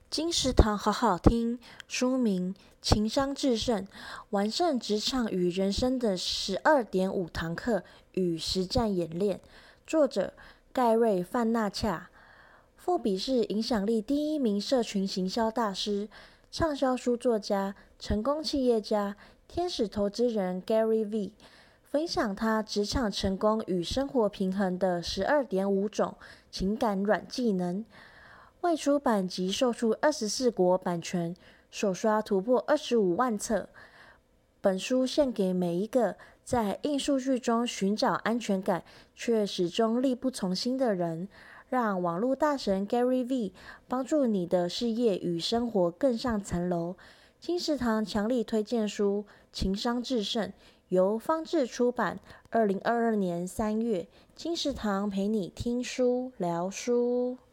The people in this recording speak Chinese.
金石堂好好听，书名《情商制胜：完胜职场与人生的12.5堂课与实战演练》，作者盖瑞·范纳恰，富比士影响力第1名社群行销大师、畅销书作家、成功企业家、天使投资人 Gary V， 分享他职场成功与生活平衡的12.5种情感软技能。未出版及售出24国版权，首刷突破25万册。本书献给每一个在硬数据中寻找安全感，却始终力不从心的人。让网络大神 Gary V 帮助你的事业与生活更上层楼。金石堂强力推荐书《情商制胜》，由方智出版，2022年3月。金石堂陪你听书聊书。